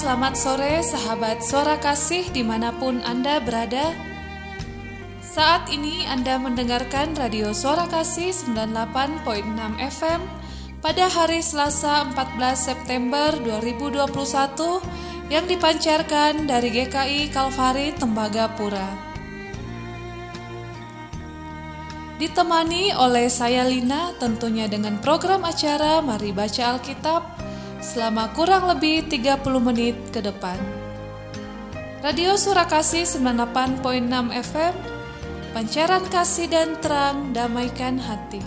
selamat sore sahabat Suara Kasih dimanapun Anda berada. Saat ini Anda mendengarkan Radio Suara Kasih 98.6 FM pada hari Selasa 14 September 2021 yang dipancarkan dari GKI Kalvari Tembagapura. Ditemani oleh saya Lina tentunya dengan program acara Mari Baca Alkitab selama kurang lebih 30 menit ke depan. Radio Suara Kasih 98.6 FM, pancaran kasih dan terang damaikan hati.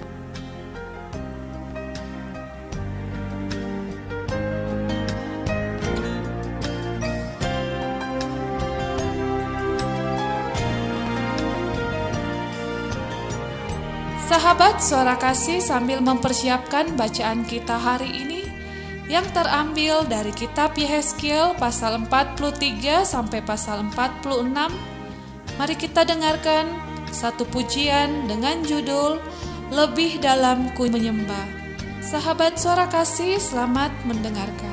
Sahabat Suara Kasih, sambil mempersiapkan bacaan kita hari ini yang terambil dari kitab Yehezkiel pasal 43 sampai pasal 46, mari kita dengarkan satu pujian dengan judul Lebih Dalam Ku Menyembah. Sahabat Suara Kasih, selamat mendengarkan.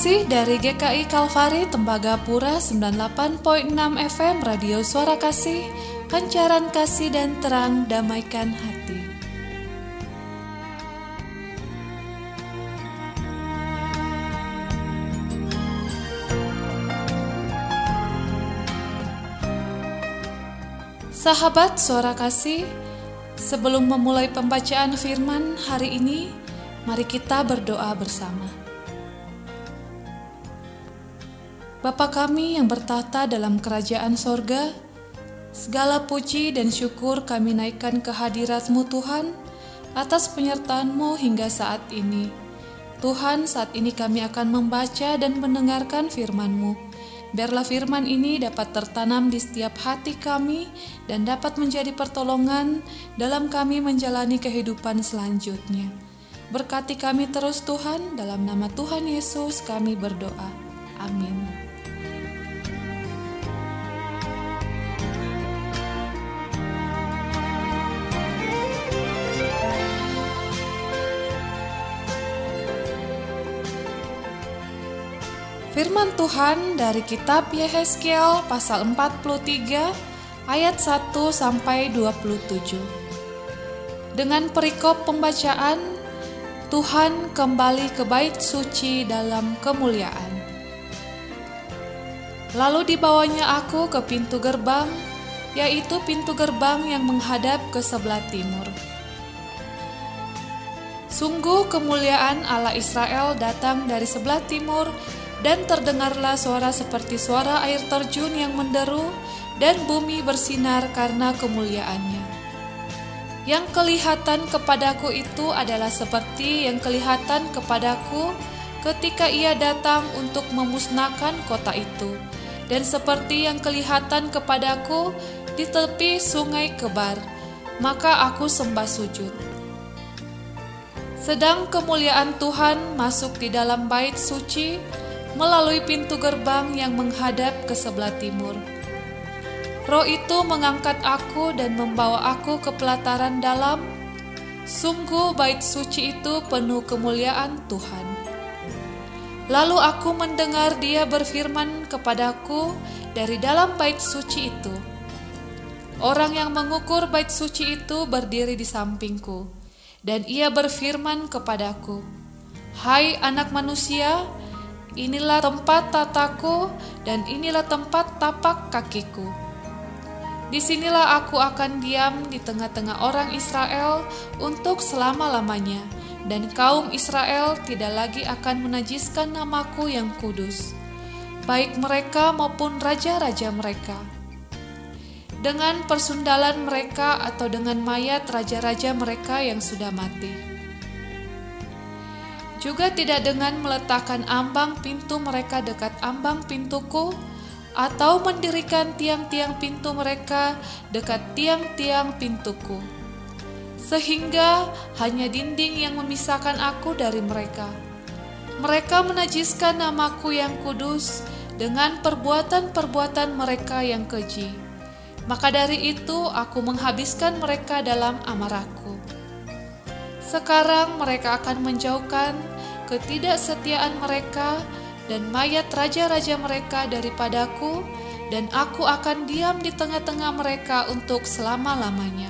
kasih dari GKI Kalvari Tembagapura 98.6 FM Radio Suara Kasih, pancaran kasih dan terang damaikan hati. Sahabat Suara Kasih, sebelum memulai pembacaan firman hari ini, mari kita berdoa bersama. Bapa kami yang bertahta dalam kerajaan sorga, segala puji dan syukur kami naikkan ke hadirat-Mu Tuhan, atas penyertaan-Mu hingga saat ini. Tuhan, saat ini kami akan membaca dan mendengarkan firman-Mu. Biarlah firman ini dapat tertanam di setiap hati kami dan dapat menjadi pertolongan dalam kami menjalani kehidupan selanjutnya. Berkati kami terus Tuhan, dalam nama Tuhan Yesus kami berdoa. Amin. Firman Tuhan dari kitab Yehezkiel pasal 43 ayat 1 sampai 27. Dengan perikop pembacaan, Tuhan kembali ke bait suci dalam kemuliaan. Lalu dibawanya aku ke pintu gerbang, yaitu pintu gerbang yang menghadap ke sebelah timur. Sungguh kemuliaan Allah Israel datang dari sebelah timur, dan terdengarlah suara seperti suara air terjun yang menderu, dan bumi bersinar karena kemuliaannya. Yang kelihatan kepadaku itu adalah seperti yang kelihatan kepadaku ketika ia datang untuk memusnahkan kota itu, dan seperti yang kelihatan kepadaku di tepi sungai Kebar, maka aku sembah sujud. Sedang kemuliaan Tuhan masuk di dalam bait suci melalui pintu gerbang yang menghadap ke sebelah timur. Roh itu mengangkat aku dan membawa aku ke pelataran dalam. Sungguh bait suci itu penuh kemuliaan Tuhan. Lalu aku mendengar Dia berfirman kepadaku dari dalam bait suci itu. Orang yang mengukur bait suci itu berdiri di sampingku, dan ia berfirman kepadaku, "Hai anak manusia, inilah tempat tataku dan inilah tempat tapak kakiku. Disinilah aku akan diam di tengah-tengah orang Israel untuk selama-lamanya, dan kaum Israel tidak lagi akan menajiskan namaku yang kudus, baik mereka maupun raja-raja mereka, dengan persundalan mereka atau dengan mayat raja-raja mereka yang sudah mati. Juga tidak dengan meletakkan ambang pintu mereka dekat ambang pintuku, atau mendirikan tiang-tiang pintu mereka dekat tiang-tiang pintuku, sehingga hanya dinding yang memisahkan aku dari mereka. Mereka menajiskan namaku yang kudus dengan perbuatan-perbuatan mereka yang keji. Maka dari itu aku menghabiskan mereka dalam amarahku. Sekarang mereka akan menjauhkan ketidaksetiaan mereka dan mayat raja-raja mereka daripadaku, dan aku akan diam di tengah-tengah mereka untuk selama-lamanya.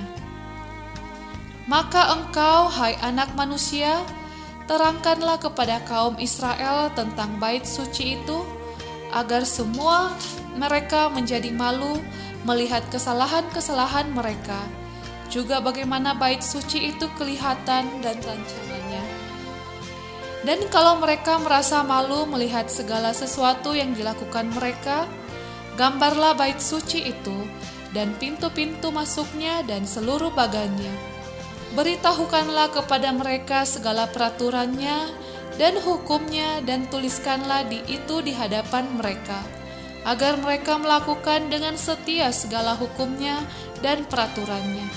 Maka engkau, hai anak manusia, terangkanlah kepada kaum Israel tentang bait suci itu, agar semua mereka menjadi malu melihat kesalahan-kesalahan mereka, juga bagaimana bait suci itu kelihatan dan rancangannya. Dan kalau mereka merasa malu melihat segala sesuatu yang dilakukan mereka, gambarlah bait suci itu dan pintu-pintu masuknya dan seluruh bagannya. Beritahukanlah kepada mereka segala peraturannya dan hukumnya, dan tuliskanlah itu di hadapan mereka, agar mereka melakukan dengan setia segala hukumnya dan peraturannya.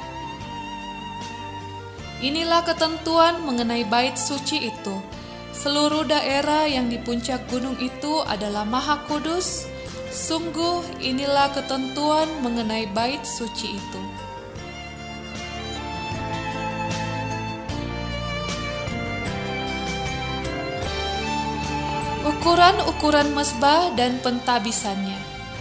Inilah ketentuan mengenai bait suci itu. Seluruh daerah yang di puncak gunung itu adalah maha kudus. Sungguh inilah ketentuan mengenai bait suci itu. Ukuran-ukuran mezbah dan pentabisannya.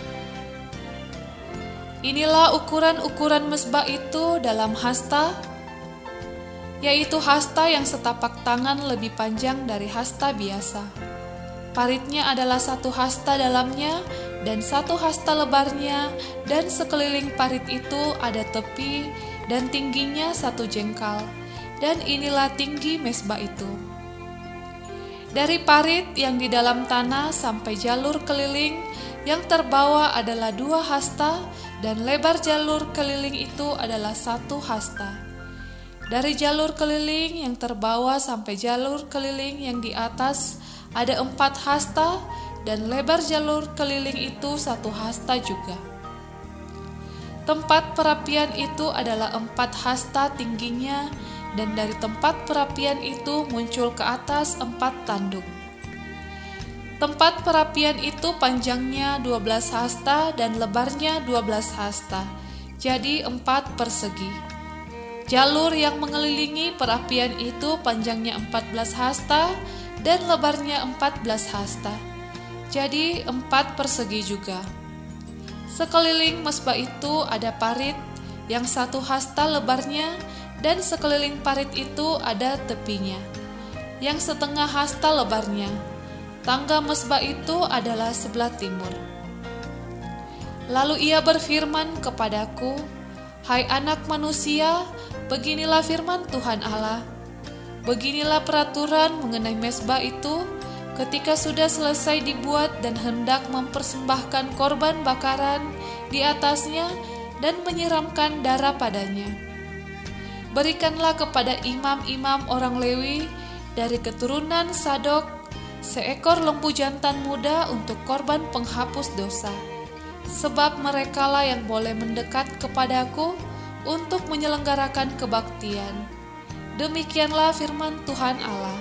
Inilah ukuran-ukuran mezbah itu dalam hasta, yaitu hasta yang setapak tangan lebih panjang dari hasta biasa. Paritnya adalah 1 hasta dalamnya dan 1 hasta lebarnya, dan sekeliling parit itu ada tepi dan tingginya 1 jengkal, dan inilah tinggi mezbah itu. Dari parit yang di dalam tanah sampai jalur keliling yang terbawa adalah 2 hasta, dan lebar jalur keliling itu adalah 1 hasta. Dari jalur keliling yang terbawa sampai jalur keliling yang di atas ada 4 hasta, dan lebar jalur keliling itu 1 hasta juga. Tempat perapian itu adalah 4 hasta tingginya, dan dari tempat perapian itu muncul ke atas 4 tanduk. Tempat perapian itu panjangnya 12 hasta dan lebarnya 12 hasta, jadi 4 persegi. Jalur yang mengelilingi perapian itu panjangnya 14 hasta dan lebarnya 14 hasta, jadi 4 persegi juga. Sekeliling mezbah itu ada parit yang 1 hasta lebarnya, dan sekeliling parit itu ada tepinya, yang setengah hasta lebarnya. Tangga mezbah itu adalah sebelah timur. Lalu ia berfirman kepadaku, "Hai anak manusia, beginilah firman Tuhan Allah. Beginilah peraturan mengenai mezbah itu ketika sudah selesai dibuat dan hendak mempersembahkan korban bakaran di atasnya dan menyiramkan darah padanya. Berikanlah kepada imam-imam orang Lewi dari keturunan Sadok seekor lembu jantan muda untuk korban penghapus dosa, sebab merekalah yang boleh mendekat kepadaku untuk menyelenggarakan kebaktian. Demikianlah firman Tuhan Allah.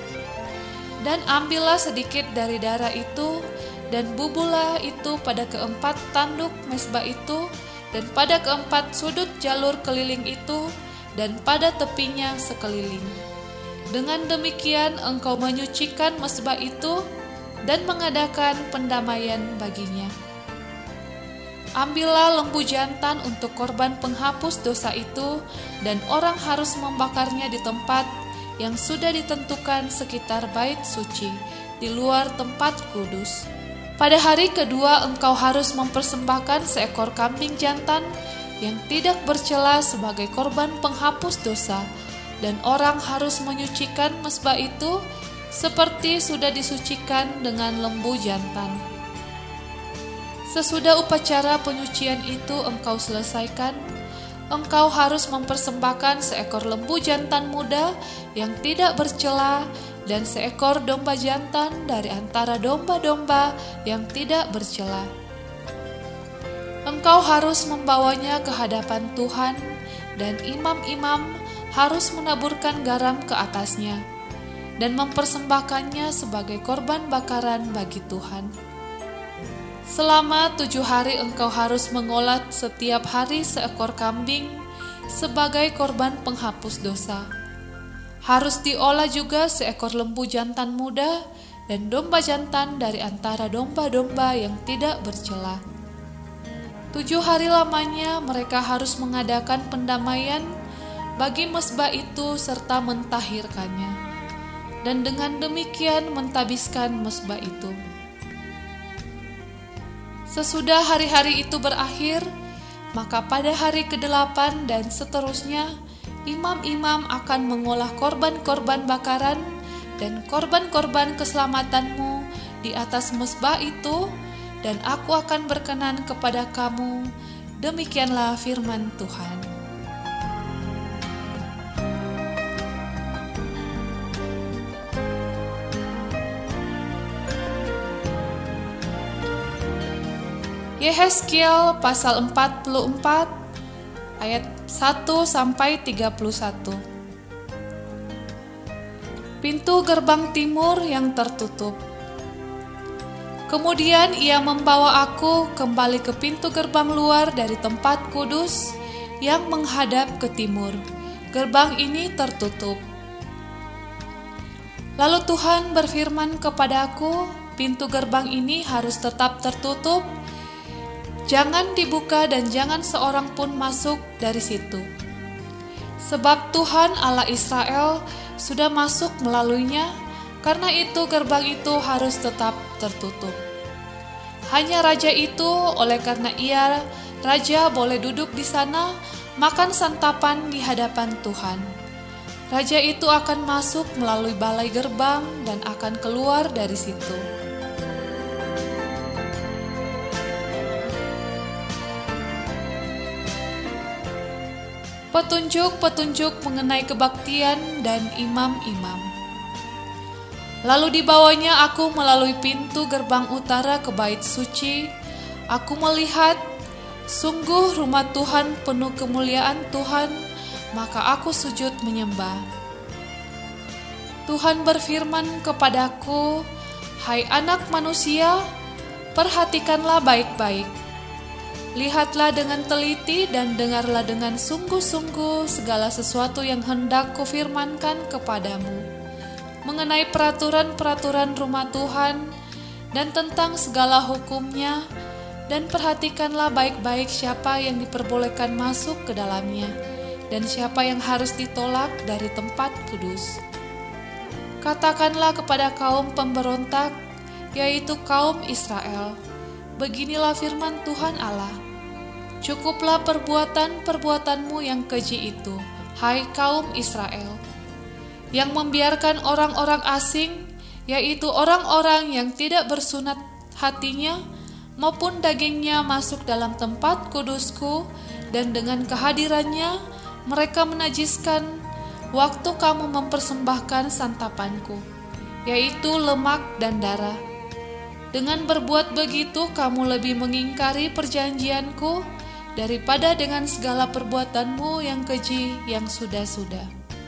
Dan ambillah sedikit dari darah itu, dan bubuhlah itu pada 4 tanduk mezbah itu, dan pada 4 sudut jalur keliling itu, dan pada tepinya sekeliling. Dengan demikian engkau menyucikan mezbah itu dan mengadakan pendamaian baginya. Ambillah lembu jantan untuk korban penghapus dosa itu, dan orang harus membakarnya di tempat yang sudah ditentukan sekitar bait suci, di luar tempat kudus. Pada hari kedua engkau harus mempersembahkan seekor kambing jantan yang tidak bercela sebagai korban penghapus dosa, dan orang harus menyucikan mezbah itu seperti sudah disucikan dengan lembu jantan. Sesudah upacara penyucian itu engkau selesaikan, engkau harus mempersembahkan seekor lembu jantan muda yang tidak bercela dan seekor domba jantan dari antara domba-domba yang tidak bercela. Engkau harus membawanya ke hadapan Tuhan, dan imam-imam harus menaburkan garam ke atasnya dan mempersembahkannya sebagai korban bakaran bagi Tuhan. Selama 7 hari engkau harus mengolah setiap hari seekor kambing sebagai korban penghapus dosa. Harus diolah juga seekor lembu jantan muda dan domba jantan dari antara domba-domba yang tidak bercela. 7 hari lamanya mereka harus mengadakan pendamaian bagi mezbah itu serta mentahirkannya, dan dengan demikian mentabiskan mezbah itu. Sesudah hari-hari itu berakhir, maka pada hari ke-8 dan seterusnya, imam-imam akan mengolah korban-korban bakaran dan korban-korban keselamatanmu di atas mezbah itu, dan aku akan berkenan kepada kamu. Demikianlah firman Tuhan. Yehezkiel pasal 44 ayat 1-31. Pintu gerbang timur yang tertutup. Kemudian ia membawa aku kembali ke pintu gerbang luar dari tempat kudus yang menghadap ke timur. Gerbang ini tertutup. Lalu Tuhan berfirman kepadaku, pintu gerbang ini harus tetap tertutup, jangan dibuka dan jangan seorang pun masuk dari situ. Sebab Tuhan Allah Israel sudah masuk melaluinya, karena itu gerbang itu harus tetap tertutup. Hanya raja itu, oleh karena ia raja, boleh duduk di sana, makan santapan di hadapan Tuhan. Raja itu akan masuk melalui balai gerbang dan akan keluar dari situ. Petunjuk-petunjuk mengenai kebaktian dan imam-imam. Lalu dibawanya aku melalui pintu gerbang utara ke bait suci. Aku melihat, sungguh rumah Tuhan penuh kemuliaan Tuhan, maka aku sujud menyembah. Tuhan berfirman kepadaku, "Hai anak manusia, perhatikanlah baik-baik. Lihatlah dengan teliti dan dengarlah dengan sungguh-sungguh segala sesuatu yang hendak kufirmankan kepadamu mengenai peraturan-peraturan rumah Tuhan dan tentang segala hukumnya, dan perhatikanlah baik-baik siapa yang diperbolehkan masuk ke dalamnya dan siapa yang harus ditolak dari tempat kudus. Katakanlah kepada kaum pemberontak, yaitu kaum Israel, beginilah firman Tuhan Allah, cukuplah perbuatan-perbuatanmu yang keji itu, hai kaum Israel, yang membiarkan orang-orang asing, yaitu orang-orang yang tidak bersunat hatinya maupun dagingnya masuk dalam tempat kudusku, dan dengan kehadirannya mereka menajiskan waktu kamu mempersembahkan santapanku, yaitu lemak dan darah. Dengan berbuat begitu kamu lebih mengingkari perjanjianku daripada dengan segala perbuatanmu yang keji yang sudah-sudah.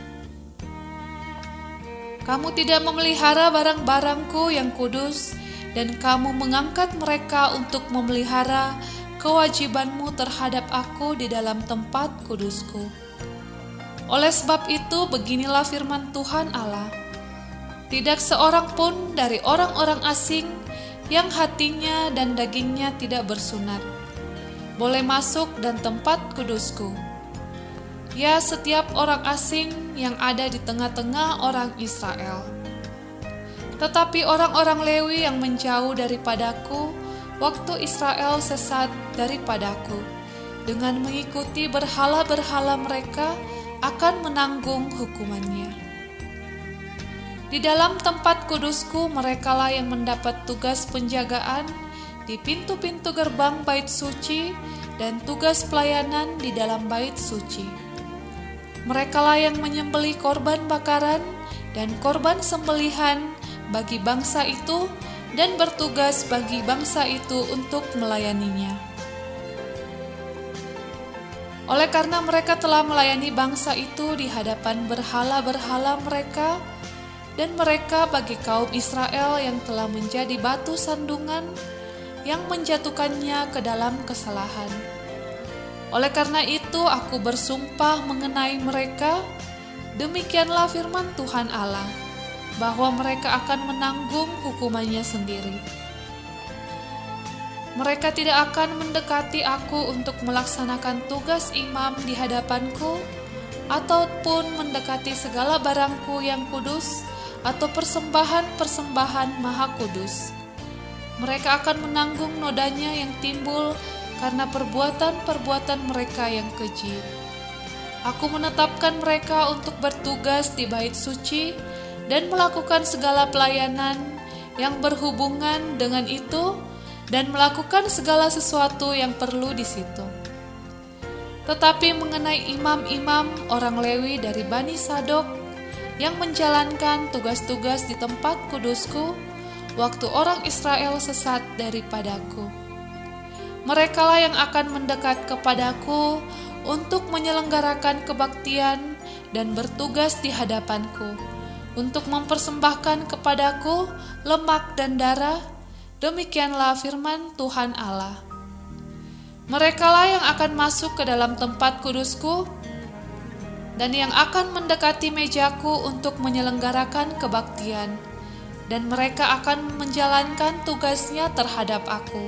Kamu tidak memelihara barang-barangku yang kudus, dan kamu mengangkat mereka untuk memelihara kewajibanmu terhadap aku di dalam tempat kudusku. Oleh sebab itu, beginilah firman Tuhan Allah, tidak seorang pun dari orang-orang asing yang hatinya dan dagingnya tidak bersunat boleh masuk dan tempat kudusku. Ya, setiap orang asing yang ada di tengah-tengah orang Israel. Tetapi orang-orang Lewi yang menjauh daripadaku, waktu Israel sesat daripadaku, dengan mengikuti berhala-berhala mereka, akan menanggung hukumannya. Di dalam tempat kudusku merekalah yang mendapat tugas penjagaan di pintu-pintu gerbang bait suci dan tugas pelayanan di dalam bait suci. Merekalah yang menyembelih korban bakaran dan korban sembelihan bagi bangsa itu dan bertugas bagi bangsa itu untuk melayaninya. Oleh karena mereka telah melayani bangsa itu di hadapan berhala-berhala mereka, dan mereka bagi kaum Israel yang telah menjadi batu sandungan yang menjatuhkannya ke dalam kesalahan. Oleh karena itu aku bersumpah mengenai mereka, demikianlah firman Tuhan Allah, bahwa mereka akan menanggung hukumannya sendiri. Mereka tidak akan mendekati aku untuk melaksanakan tugas imam di hadapanku, ataupun mendekati segala barangku yang kudus, atau persembahan-persembahan maha kudus. Mereka akan menanggung nodanya yang timbul karena perbuatan-perbuatan mereka yang keji. Aku menetapkan mereka untuk bertugas di bait suci dan melakukan segala pelayanan yang berhubungan dengan itu, dan melakukan segala sesuatu yang perlu di situ. Tetapi mengenai imam-imam orang Lewi dari Bani Sadok yang menjalankan tugas-tugas di tempat kudusku, waktu orang Israel sesat daripadaku, merekalah yang akan mendekat kepadaku untuk menyelenggarakan kebaktian dan bertugas di hadapanku, untuk mempersembahkan kepadaku lemak dan darah. Demikianlah firman Tuhan Allah. Merekalah yang akan masuk ke dalam tempat kudusku, dan yang akan mendekati mejaku untuk menyelenggarakan kebaktian, dan mereka akan menjalankan tugasnya terhadap aku.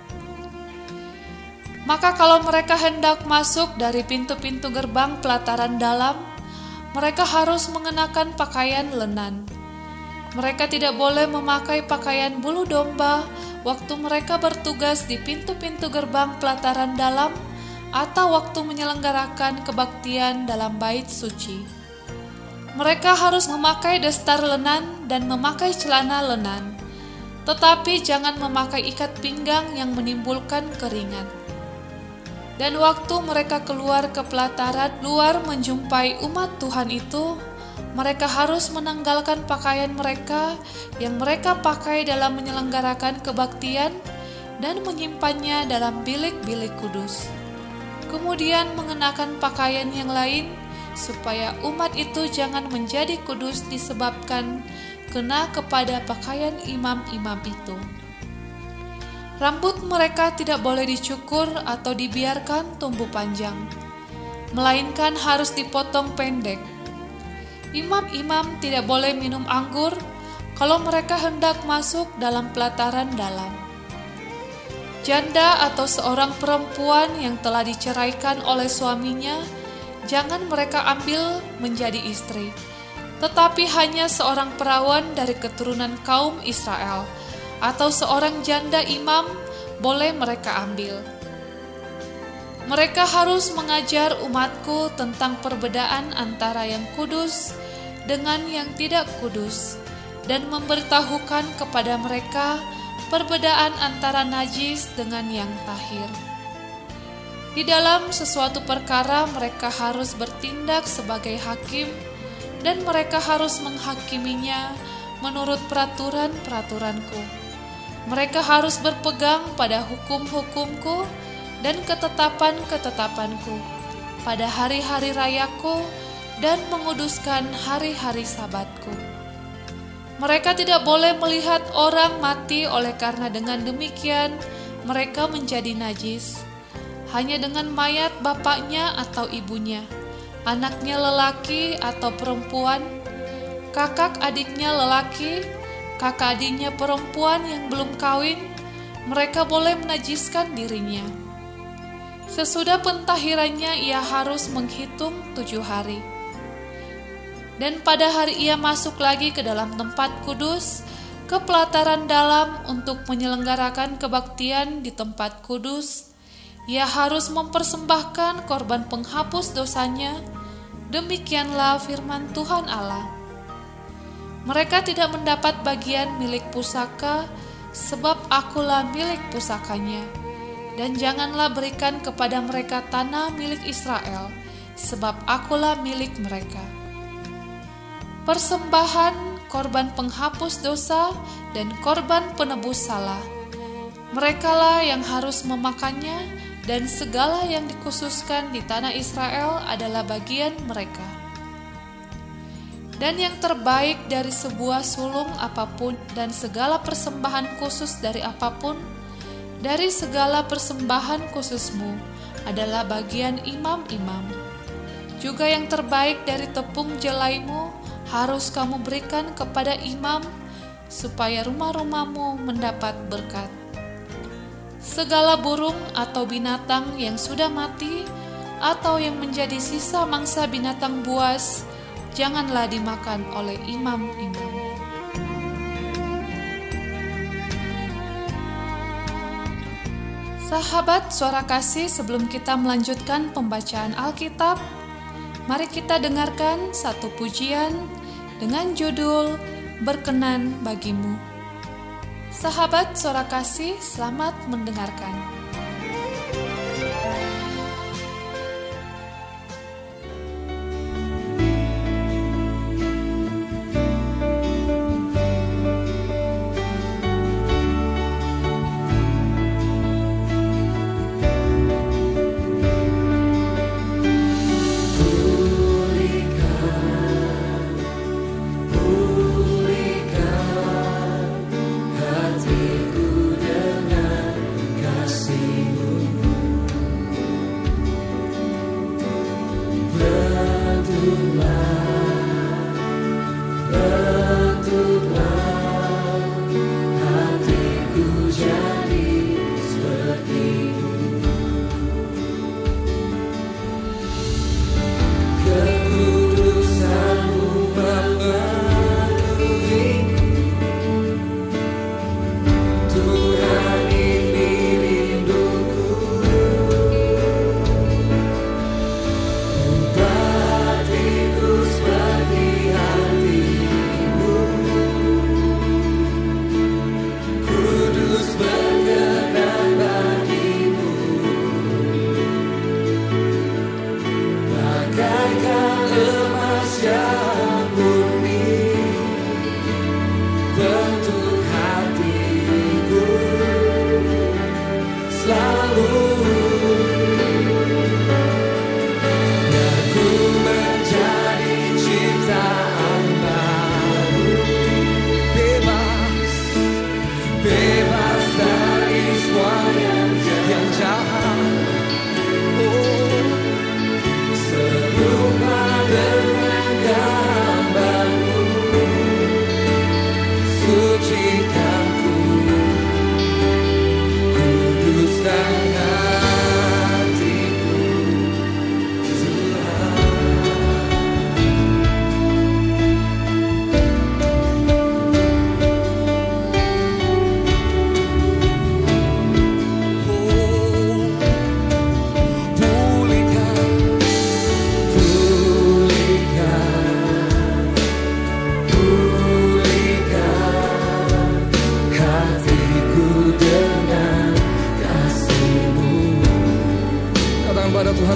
Maka kalau mereka hendak masuk dari pintu-pintu gerbang pelataran dalam, mereka harus mengenakan pakaian lenan. Mereka tidak boleh memakai pakaian bulu domba waktu mereka bertugas di pintu-pintu gerbang pelataran dalam atau waktu menyelenggarakan kebaktian dalam bait suci. Mereka harus memakai dastar lenan dan memakai celana lenan, tetapi jangan memakai ikat pinggang yang menimbulkan keringat. Dan waktu mereka keluar ke pelataran luar menjumpai umat Tuhan itu, mereka harus menanggalkan pakaian mereka yang mereka pakai dalam menyelenggarakan kebaktian dan menyimpannya dalam bilik-bilik kudus. Kemudian mengenakan pakaian yang lain, supaya umat itu jangan menjadi kudus disebabkan kena kepada pakaian imam-imam itu. Rambut mereka tidak boleh dicukur atau dibiarkan tumbuh panjang, melainkan harus dipotong pendek. Imam-imam tidak boleh minum anggur kalau mereka hendak masuk dalam pelataran dalam. Janda atau seorang perempuan yang telah diceraikan oleh suaminya, jangan mereka ambil menjadi istri, tetapi hanya seorang perawan dari keturunan kaum Israel, atau seorang janda imam boleh mereka ambil. Mereka harus mengajar umatku tentang perbedaan antara yang kudus dengan yang tidak kudus, dan memberitahukan kepada mereka perbedaan antara najis dengan yang tahir. Di dalam sesuatu perkara mereka harus bertindak sebagai hakim, dan mereka harus menghakiminya menurut peraturan-peraturanku. Mereka harus berpegang pada hukum-hukumku dan ketetapan-ketetapanku pada hari-hari rayaku dan menguduskan hari-hari sabatku. Mereka tidak boleh melihat orang mati oleh karena dengan demikian mereka menjadi najis. Hanya dengan mayat bapaknya atau ibunya, anaknya lelaki atau perempuan, kakak adiknya lelaki, kakak adiknya perempuan yang belum kawin, mereka boleh menajiskan dirinya. Sesudah pentahirannya ia harus menghitung 7 hari. Dan pada hari ia masuk lagi ke dalam tempat kudus, ke pelataran dalam untuk menyelenggarakan kebaktian di tempat kudus, ia harus mempersembahkan korban penghapus dosanya. Demikianlah firman Tuhan Allah. Mereka tidak mendapat bagian milik pusaka, sebab akulah milik pusakanya. Dan janganlah berikan kepada mereka tanah milik Israel, sebab akulah milik mereka. Persembahan, korban penghapus dosa, dan korban penebus salah, merekalah yang harus memakannya, dan segala yang dikhususkan di tanah Israel adalah bagian mereka. Dan yang terbaik dari sebuah sulung apapun dan segala persembahan khusus dari apapun, dari segala persembahan khususmu adalah bagian imam-imam. Juga yang terbaik dari tepung jelaimu harus kamu berikan kepada imam, supaya rumah-rumahmu mendapat berkat. Segala burung atau binatang yang sudah mati, atau yang menjadi sisa mangsa binatang buas, janganlah dimakan oleh imam-imam. Sahabat Suara Kasih, sebelum kita melanjutkan pembacaan Alkitab, mari kita dengarkan satu pujian dengan judul Berkenan Bagimu. Sahabat Suara Kasih, selamat mendengarkan.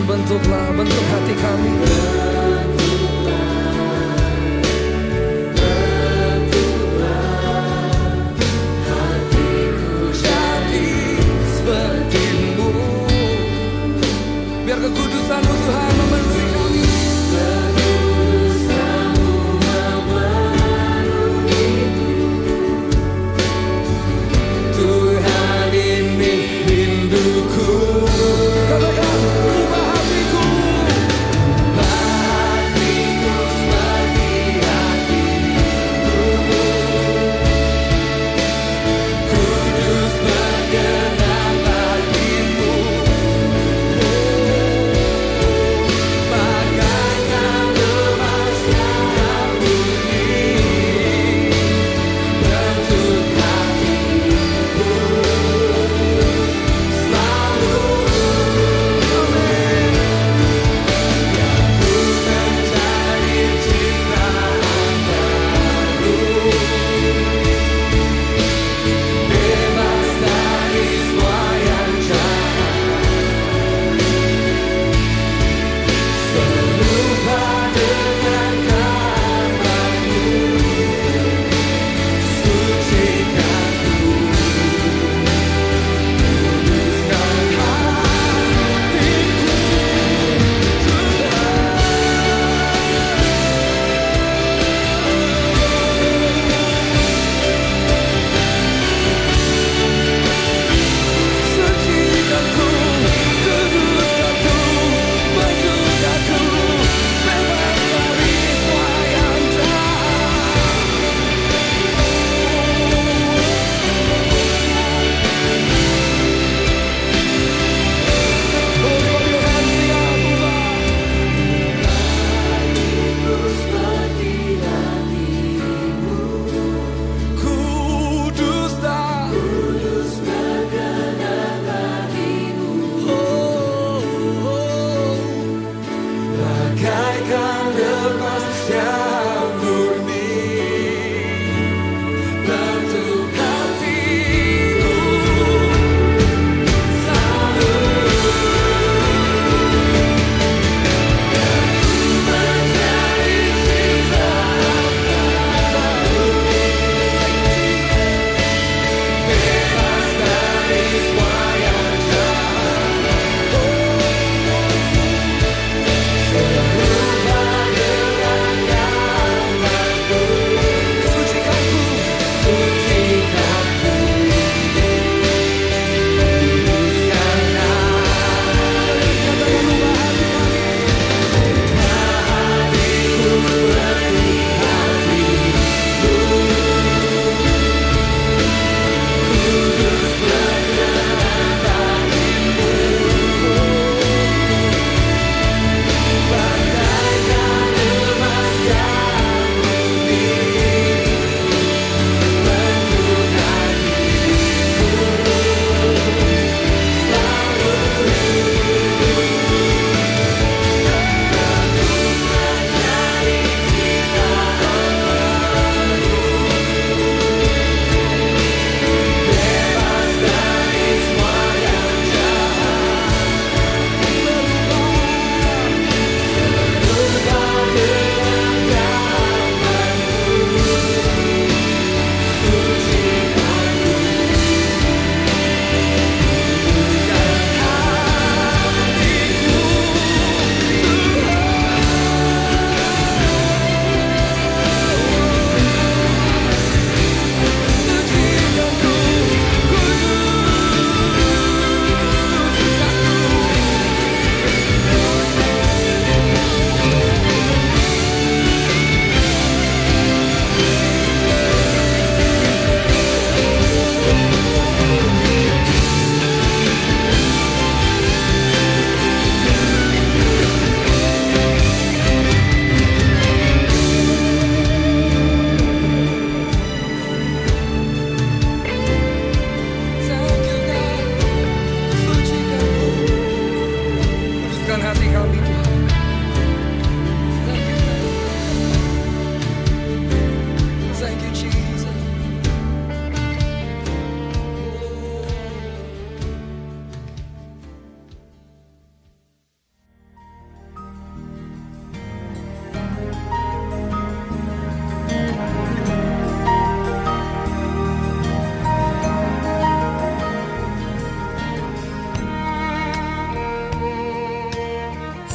bentuk hati kami. Biar kekudusan-Mu Tuhan memenuhi kami. Tuhan ini rinduku. Katakan, ubah hatiku.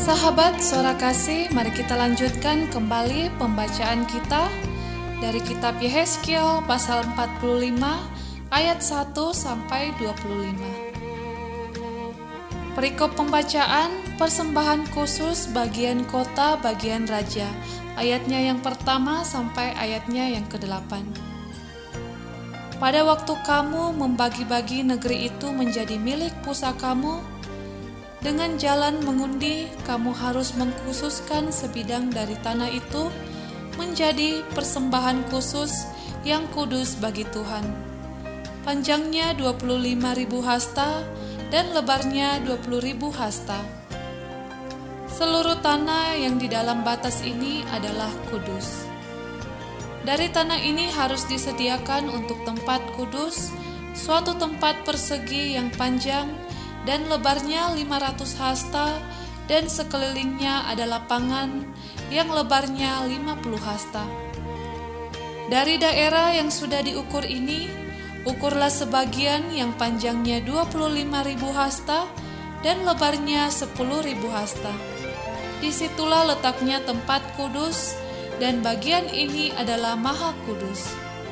Sahabat Suara Kasih, mari kita lanjutkan kembali pembacaan kita dari kitab Yehezkiel pasal 45 ayat 1 sampai 25. Perikop pembacaan persembahan khusus bagian kota bagian raja, ayatnya yang pertama sampai ayatnya yang ke-8. Pada waktu kamu membagi-bagi negeri itu menjadi milik pusakamu, dengan jalan mengundi, kamu harus mengkhususkan sebidang dari tanah itu menjadi persembahan khusus yang kudus bagi Tuhan. Panjangnya 25.000 hasta dan lebarnya 20.000 hasta. Seluruh tanah yang di dalam batas ini adalah kudus. Dari tanah ini harus disediakan untuk tempat kudus, suatu tempat persegi yang panjang dan lebarnya 500 hasta, dan sekelilingnya ada lapangan yang lebarnya 50 hasta. Dari daerah yang sudah diukur ini, ukurlah sebagian yang panjangnya 25.000 hasta dan lebarnya 10.000 hasta. Disitulah letaknya tempat kudus, dan bagian ini adalah maha kudus.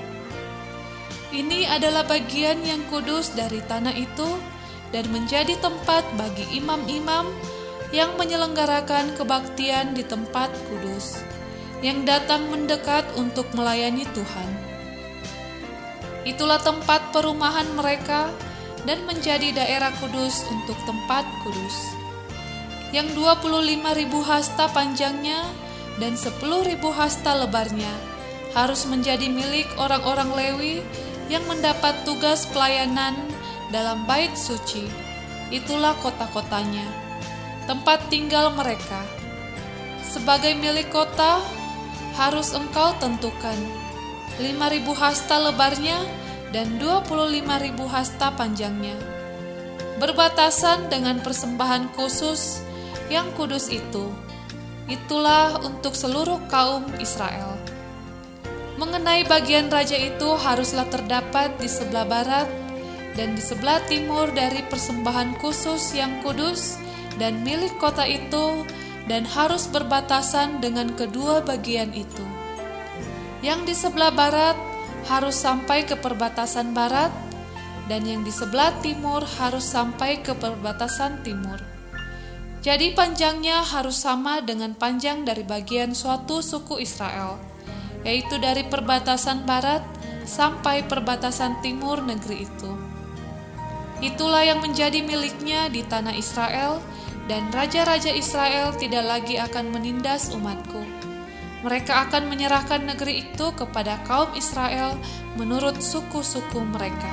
Ini adalah bagian yang kudus dari tanah itu, dan menjadi tempat bagi imam-imam yang menyelenggarakan kebaktian di tempat kudus, yang datang mendekat untuk melayani Tuhan. Itulah tempat perumahan mereka dan menjadi daerah kudus untuk tempat kudus, yang 25.000 hasta panjangnya dan 10.000 hasta lebarnya, harus menjadi milik orang-orang Lewi yang mendapat tugas pelayanan dalam bait suci. Itulah kota-kotanya, tempat tinggal mereka. Sebagai milik kota, harus engkau tentukan 5.000 hasta lebarnya dan 25.000 hasta panjangnya, berbatasan dengan persembahan khusus yang kudus itu. Itulah untuk seluruh kaum Israel. Mengenai bagian raja itu haruslah terdapat di sebelah barat dan di sebelah timur dari persembahan khusus yang kudus dan milik kota itu, dan harus berbatasan dengan kedua bagian itu. Yang di sebelah barat harus sampai ke perbatasan barat, dan yang di sebelah timur harus sampai ke perbatasan timur. Jadi panjangnya harus sama dengan panjang dari bagian suatu suku Israel, yaitu dari perbatasan barat sampai perbatasan timur negeri itu. Itulah yang menjadi miliknya di tanah Israel, dan raja-raja Israel tidak lagi akan menindas umatku. Mereka akan menyerahkan negeri itu kepada kaum Israel menurut suku-suku mereka.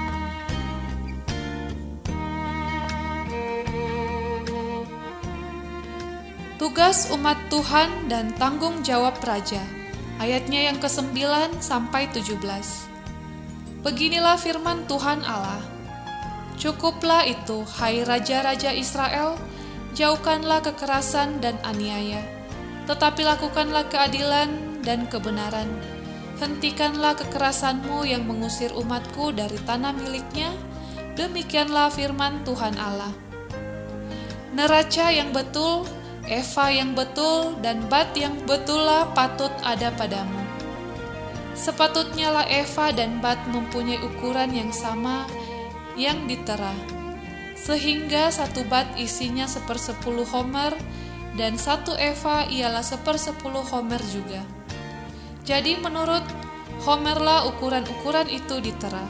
Tugas umat Tuhan dan tanggung jawab raja, ayatnya yang ke-9 sampai 17. Beginilah firman Tuhan Allah. Cukuplah itu, hai raja-raja Israel, jauhkanlah kekerasan dan aniaya, tetapi lakukanlah keadilan dan kebenaran. Hentikanlah kekerasanmu yang mengusir umatku dari tanah miliknya. Demikianlah firman Tuhan Allah. Neraca yang betul, eva yang betul, dan bat yang betullah patut ada padamu. Sepatutnya lah eva dan bat mempunyai ukuran yang sama, yang ditera, sehingga satu bat isinya 1/10 homer, dan satu eva ialah 1/10 homer juga. Jadi menurut homerlah ukuran-ukuran itu ditera.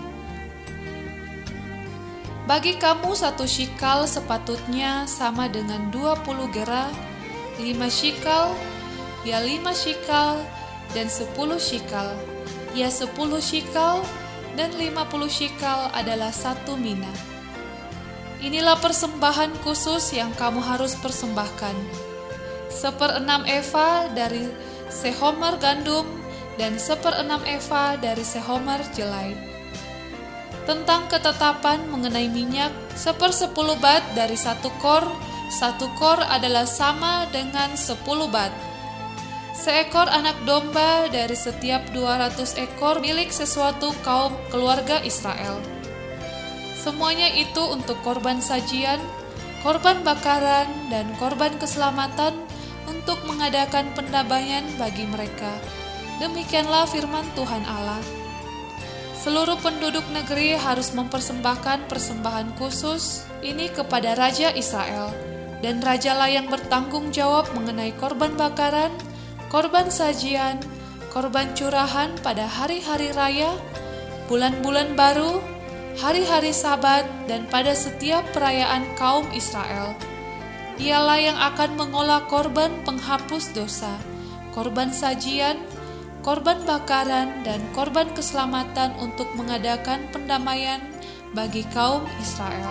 Bagi kamu 1 shikal sepatutnya sama dengan 20 gera, 5 shikal, ya 5 shikal, dan 10 shikal, ya 10 shikal, dan 50 shikal adalah 1 mina. Inilah persembahan khusus yang kamu harus persembahkan. 1/6 eva dari sehomer gandum dan 1/6 eva dari sehomer jelai. Tentang ketetapan mengenai minyak, 1/10 bat dari 1 kor. 1 kor adalah sama dengan 10 bat. Seekor anak domba dari setiap 200 ekor milik sesuatu kaum keluarga Israel. Semuanya itu untuk korban sajian, korban bakaran, dan korban keselamatan untuk mengadakan pendamaian bagi mereka. Demikianlah firman Tuhan Allah. Seluruh penduduk negeri harus mempersembahkan persembahan khusus ini kepada Raja Israel, dan rajalah yang bertanggung jawab mengenai korban bakaran, korban sajian, korban curahan pada hari-hari raya, bulan-bulan baru, hari-hari Sabat, dan pada setiap perayaan kaum Israel. Ialah yang akan mengolah korban penghapus dosa, korban sajian, korban bakaran, dan korban keselamatan untuk mengadakan pendamaian bagi kaum Israel.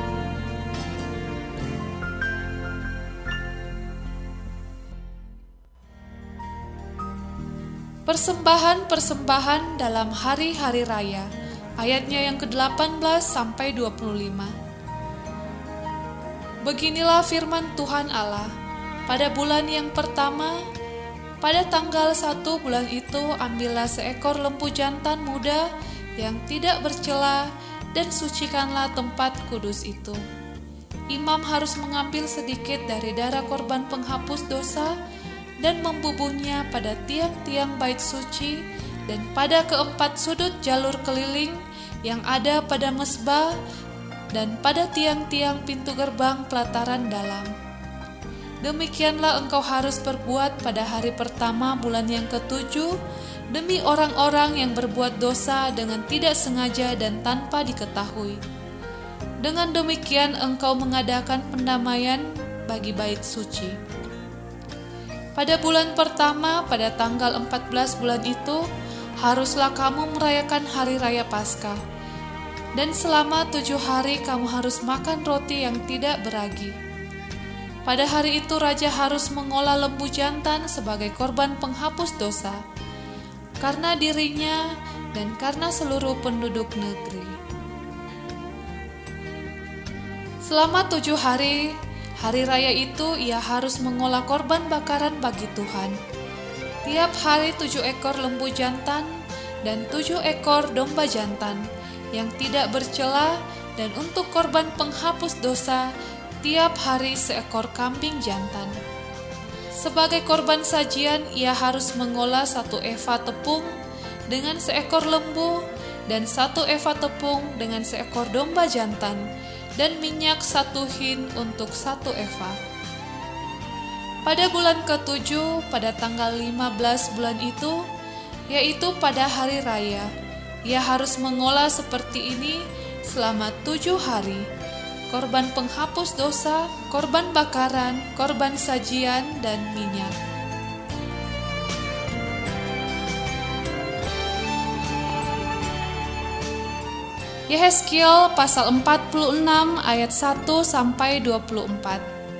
Persembahan-persembahan dalam hari-hari raya. Ayatnya yang ke-18 sampai 25. Beginilah firman Tuhan Allah. Pada bulan yang pertama, pada tanggal 1 bulan itu, ambillah seekor lembu jantan muda yang tidak bercela dan sucikanlah tempat kudus itu. Imam harus mengambil sedikit dari darah korban penghapus dosa dan membubuhnya pada tiang-tiang bait suci dan pada keempat sudut jalur keliling yang ada pada mezbah dan pada tiang-tiang pintu gerbang pelataran dalam. Demikianlah engkau harus berbuat pada hari pertama bulan yang ke-7 demi orang-orang yang berbuat dosa dengan tidak sengaja dan tanpa diketahui. Dengan demikian engkau mengadakan pendamaian bagi bait suci. Pada bulan pertama, pada tanggal 14 bulan itu, haruslah kamu merayakan hari raya Paskah. Dan selama 7 hari kamu harus makan roti yang tidak beragi. Pada hari itu raja harus mengolah lembu jantan sebagai korban penghapus dosa, karena dirinya dan karena seluruh penduduk negeri. Selama 7 hari raya itu ia harus mengolah korban bakaran bagi Tuhan. Tiap hari 7 ekor lembu jantan dan 7 ekor domba jantan yang tidak bercela, dan untuk korban penghapus dosa tiap hari seekor kambing jantan. Sebagai korban sajian ia harus mengolah 1 eva tepung dengan seekor lembu dan 1 eva tepung dengan seekor domba jantan, dan minyak 1 hin untuk 1 eva. Pada bulan ke-7, pada tanggal 15 bulan itu, yaitu pada hari raya, ia harus mengolah seperti ini selama 7 hari. Korban penghapus dosa, korban bakaran, korban sajian, dan minyak. Yehezkiel pasal 46 ayat 1 sampai 24.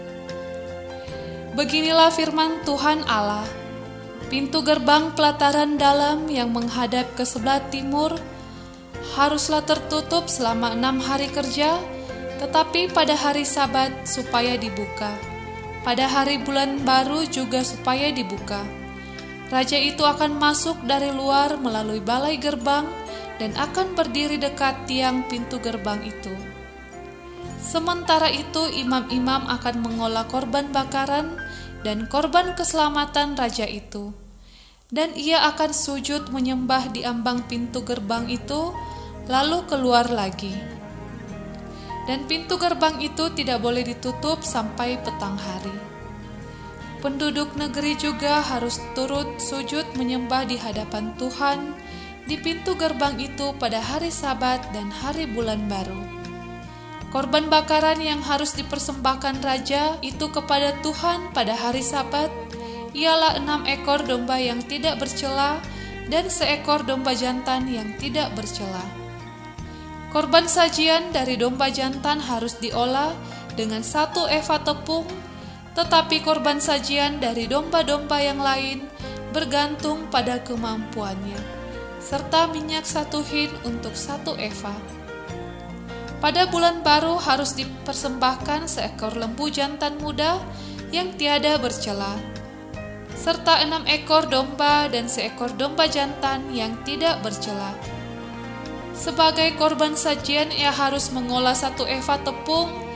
Beginilah firman Tuhan Allah. Pintu gerbang pelataran dalam yang menghadap ke sebelah timur haruslah tertutup selama 6 hari kerja, tetapi pada hari Sabat supaya dibuka. Pada hari bulan baru juga supaya dibuka. Raja itu akan masuk dari luar melalui balai gerbang dan akan berdiri dekat tiang pintu gerbang itu. Sementara itu imam-imam akan mengolah korban bakaran dan korban keselamatan raja itu. Dan ia akan sujud menyembah di ambang pintu gerbang itu, lalu keluar lagi. Dan pintu gerbang itu tidak boleh ditutup sampai petang hari. Penduduk negeri juga harus turut sujud menyembah di hadapan Tuhan di pintu gerbang itu pada hari Sabat dan hari bulan baru. Korban bakaran yang harus dipersembahkan raja itu kepada Tuhan pada hari Sabat ialah 6 ekor domba yang tidak bercela dan seekor domba jantan yang tidak bercela. Korban sajian dari domba jantan harus diolah dengan 1 eva tepung, tetapi korban sajian dari domba-domba yang lain bergantung pada kemampuannya, serta minyak 1 hin untuk 1 eva. Pada bulan baru harus dipersembahkan seekor lembu jantan muda yang tiada bercela, serta 6 ekor domba dan seekor domba jantan yang tidak bercela. Sebagai korban sajian ia harus mengolah 1 eva tepung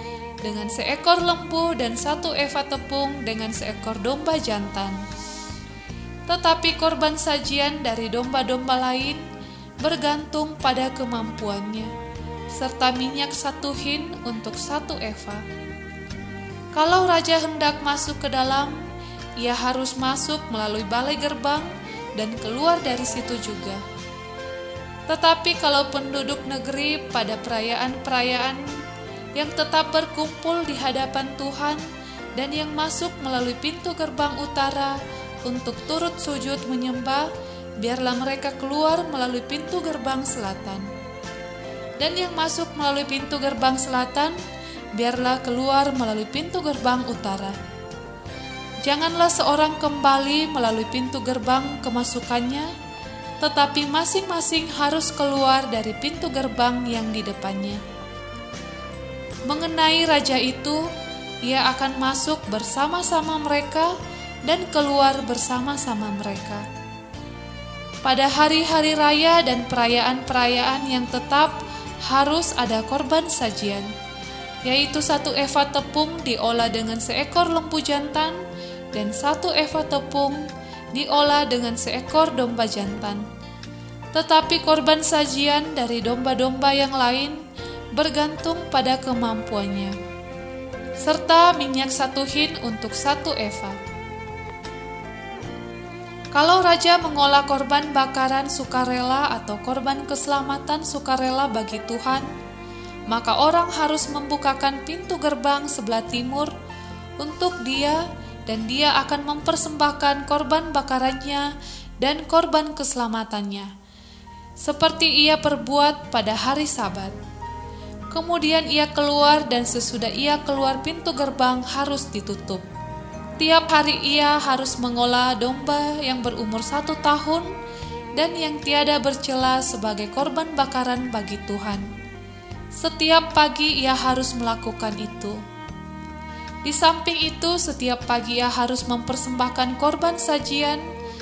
dengan seekor lembu dan 1 eva tepung dengan seekor domba jantan. Tetapi korban sajian dari domba-domba lain bergantung pada kemampuannya, serta minyak 1 hin untuk 1 eva. Kalau raja hendak masuk ke dalam, ia harus masuk melalui balai gerbang dan keluar dari situ juga. Tetapi kalau penduduk negeri pada perayaan-perayaan yang tetap berkumpul di hadapan Tuhan dan yang masuk melalui pintu gerbang utara untuk turut sujud menyembah, biarlah mereka keluar melalui pintu gerbang selatan. Dan yang masuk melalui pintu gerbang selatan, biarlah keluar melalui pintu gerbang utara. Janganlah seorang kembali melalui pintu gerbang kemasukannya, tetapi masing-masing harus keluar dari pintu gerbang yang di depannya. Mengenai raja itu, ia akan masuk bersama-sama mereka dan keluar bersama-sama mereka. Pada hari-hari raya dan perayaan-perayaan yang tetap harus ada korban sajian, yaitu 1 eva tepung diolah dengan seekor lembu jantan dan 1 eva tepung diolah dengan seekor domba jantan. Tetapi korban sajian dari domba-domba yang lain bergantung pada kemampuannya, serta minyak 1 hin untuk 1 eva. Kalau raja mengolah korban bakaran sukarela atau korban keselamatan sukarela bagi Tuhan, maka orang harus membukakan pintu gerbang sebelah timur untuk dia, dan dia akan mempersembahkan korban bakarannya dan korban keselamatannya, seperti ia perbuat pada hari Sabat. Kemudian ia keluar, dan sesudah ia keluar pintu gerbang harus ditutup. Tiap hari ia harus mengolah domba yang berumur 1 tahun dan yang tiada bercela sebagai korban bakaran bagi Tuhan. Setiap pagi ia harus melakukan itu. Di samping itu, setiap pagi ia harus mempersembahkan korban sajian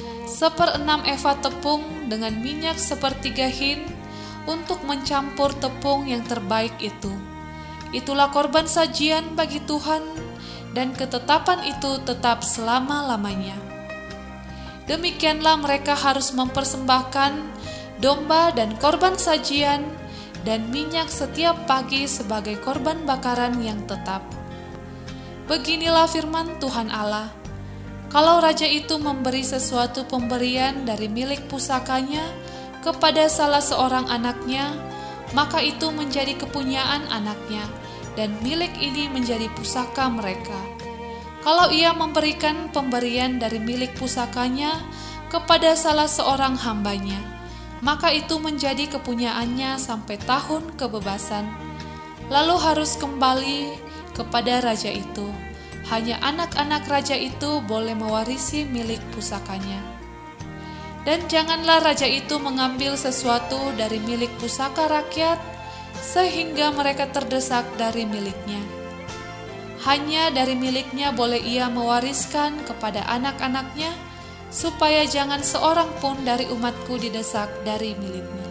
1/6 eva tepung dengan minyak 1/3 hin untuk mencampur tepung yang terbaik itu. Itulah korban sajian bagi Tuhan, dan ketetapan itu tetap selama-lamanya. Demikianlah mereka harus mempersembahkan domba dan korban sajian dan minyak setiap pagi sebagai korban bakaran yang tetap. Beginilah firman Tuhan Allah: kalau raja itu memberi sesuatu pemberian dari milik pusakanya kepada salah seorang anaknya, maka itu menjadi kepunyaan anaknya, dan milik ini menjadi pusaka mereka. Kalau ia memberikan pemberian dari milik pusakanya kepada salah seorang hambanya, maka itu menjadi kepunyaannya sampai tahun kebebasan, lalu harus kembali kepada raja itu. Hanya anak-anak raja itu boleh mewarisi milik pusakanya. Dan janganlah raja itu mengambil sesuatu dari milik pusaka rakyat sehingga mereka terdesak dari miliknya. Hanya dari miliknya boleh ia mewariskan kepada anak-anaknya, supaya jangan seorang pun dari umatku didesak dari miliknya.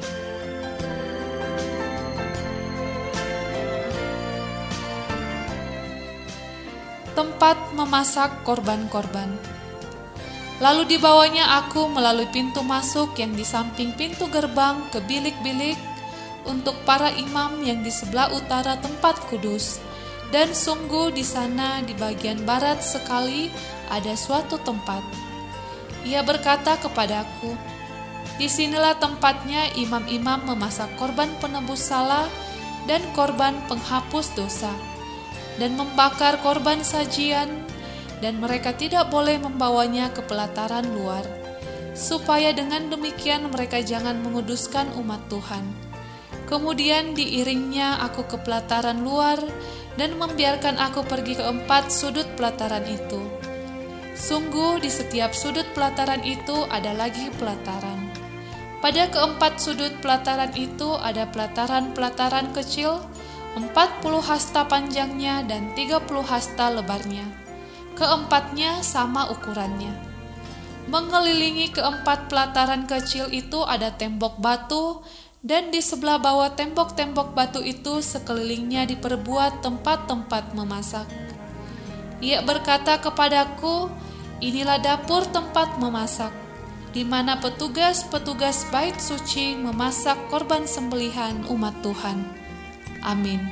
Tempat memasak korban-korban. Lalu dibawanya aku melalui pintu masuk yang di samping pintu gerbang ke bilik-bilik untuk para imam yang di sebelah utara tempat kudus. Dan sungguh di sana di bagian barat sekali ada suatu tempat. Ia berkata kepadaku, di sinilah tempatnya imam-imam memasak korban penebus salah dan korban penghapus dosa, dan membakar korban sajian, dan mereka tidak boleh membawanya ke pelataran luar, supaya dengan demikian mereka jangan menguduskan umat Tuhan. Kemudian diiringnya aku ke pelataran luar, dan membiarkan aku pergi ke 4 sudut pelataran itu. Sungguh di setiap sudut pelataran itu ada lagi pelataran. Pada ke-4 sudut pelataran itu ada pelataran-pelataran kecil, 40 hasta panjangnya dan 30 hasta lebarnya. Keempatnya sama ukurannya. Mengelilingi ke-4 pelataran kecil itu ada tembok batu Dan di sebelah bawah tembok-tembok batu itu sekelilingnya diperbuat tempat-tempat memasak. Ia berkata kepadaku, inilah dapur tempat memasak, di mana petugas-petugas bait suci memasak korban sembelihan umat Tuhan. Amin.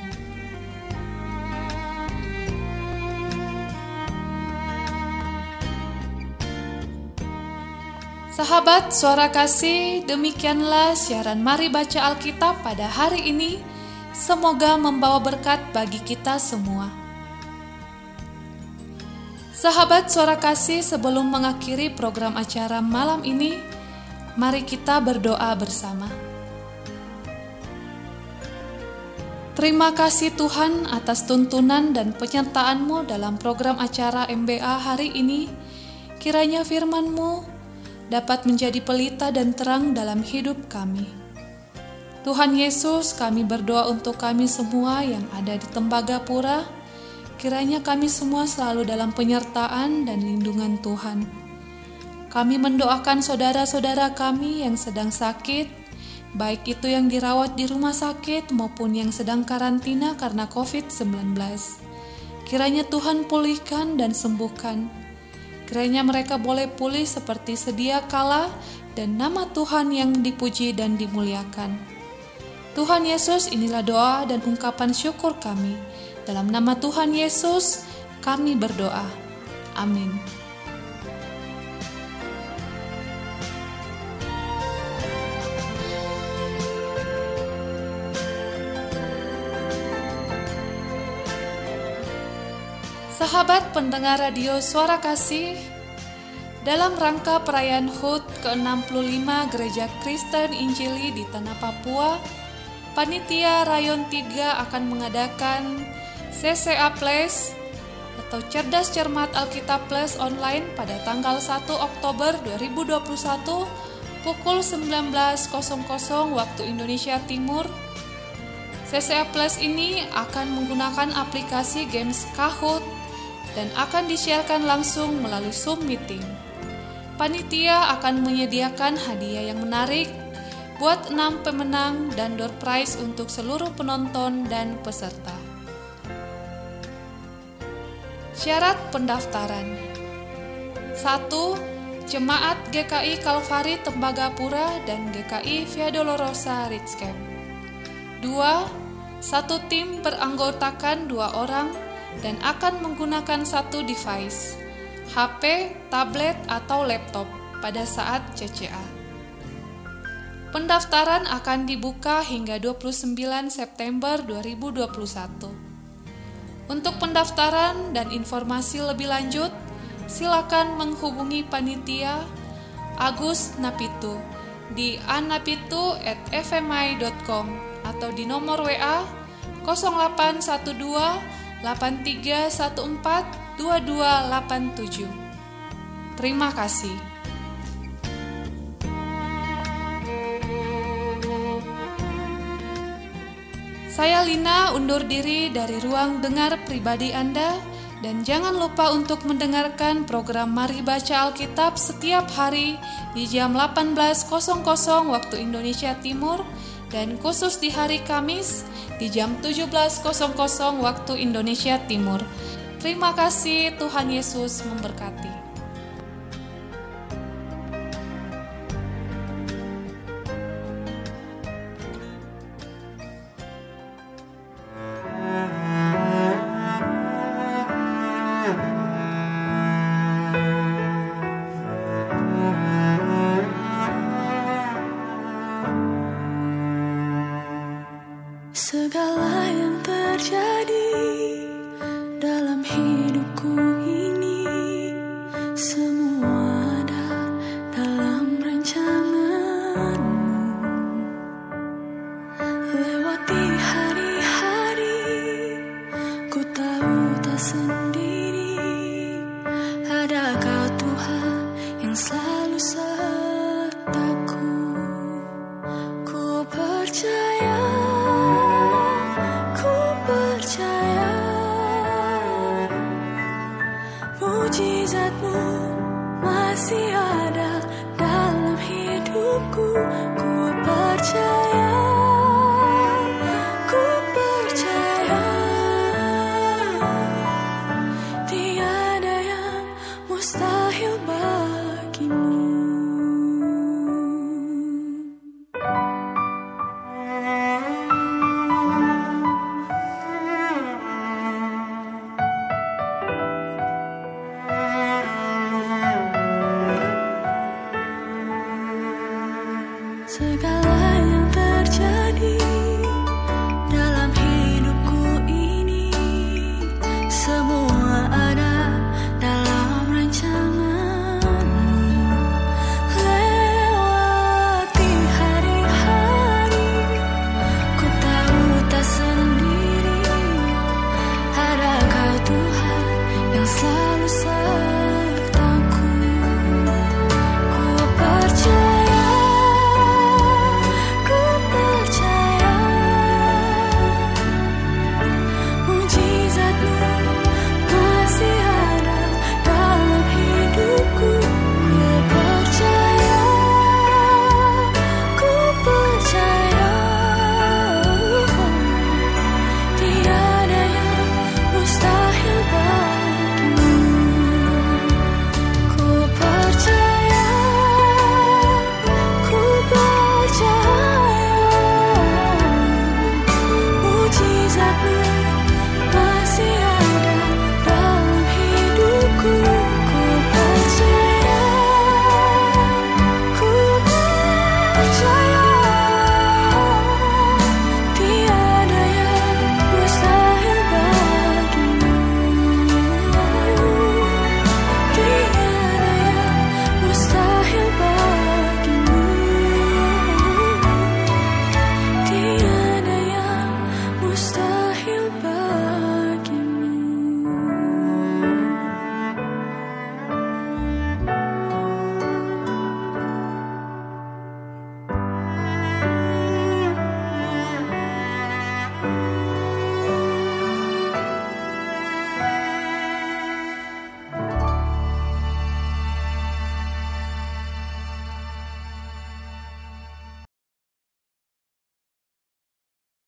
Sahabat Suara Kasih, demikianlah siaran Mari Baca Alkitab pada hari ini. Semoga membawa berkat bagi kita semua. Sahabat Suara Kasih, sebelum mengakhiri program acara malam ini, mari kita berdoa bersama. Terima kasih Tuhan atas tuntunan dan penyertaan-Mu dalam program acara MBA hari ini. Kiranya firman-Mu dapat menjadi pelita dan terang dalam hidup kami. Tuhan Yesus, kami berdoa untuk kami semua yang ada di Tembagapura. Kiranya kami semua selalu dalam penyertaan dan lindungan Tuhan. Kami mendoakan saudara-saudara kami yang sedang sakit, baik itu yang dirawat di rumah sakit maupun yang sedang karantina karena COVID-19. Kiranya Tuhan pulihkan dan sembuhkan. Kiranya mereka boleh pulih seperti sedia kala dan nama Tuhan yang dipuji dan dimuliakan. Tuhan Yesus, inilah doa dan ungkapan syukur kami. Dalam nama Tuhan Yesus, kami berdoa. Amin. Sahabat pendengar radio Suara Kasih, dalam rangka perayaan HUT ke-65 Gereja Kristen Injili di Tanah Papua, Panitia Rayon 3 akan mengadakan CCA Plus atau Cerdas Cermat Alkitab Plus online pada tanggal 1 Oktober 2021 pukul 19.00 waktu Indonesia Timur. CCA Plus ini akan menggunakan aplikasi Games Kahoot dan akan disiarkan langsung melalui Zoom Meeting. Panitia akan menyediakan hadiah yang menarik buat 6 pemenang dan door prize untuk seluruh penonton dan peserta. Syarat pendaftaran: 1. Jemaat GKI Kalvari Tembagapura dan GKI Via Dolorosa Ridge Camp. 2. Satu tim beranggotakan 2 orang dan akan menggunakan satu device, HP, tablet, atau laptop pada saat CCA. Pendaftaran akan dibuka hingga 29 September 2021. Untuk pendaftaran dan informasi lebih lanjut, silakan menghubungi panitia Agus Napitu di anapitu@fmi.com atau di nomor WA 0812 8314 2287. Terima kasih. Saya Lina undur diri dari ruang dengar pribadi Anda, dan jangan lupa untuk mendengarkan program Mari Baca Alkitab setiap hari di jam 18.00 waktu Indonesia Timur dan khusus di hari Kamis di jam 17.00 waktu Indonesia Timur. Terima kasih, Tuhan Yesus memberkati. Segala yang terjadi dalam hidupku ini, semua ada dalam rancangan-Mu. Lewati hari-hari, ku tahu tak sendiri, ada Kau Tuhan yang selalu sertaku. Ku percaya mujizat-Mu masih ada dalam hidupku. Ku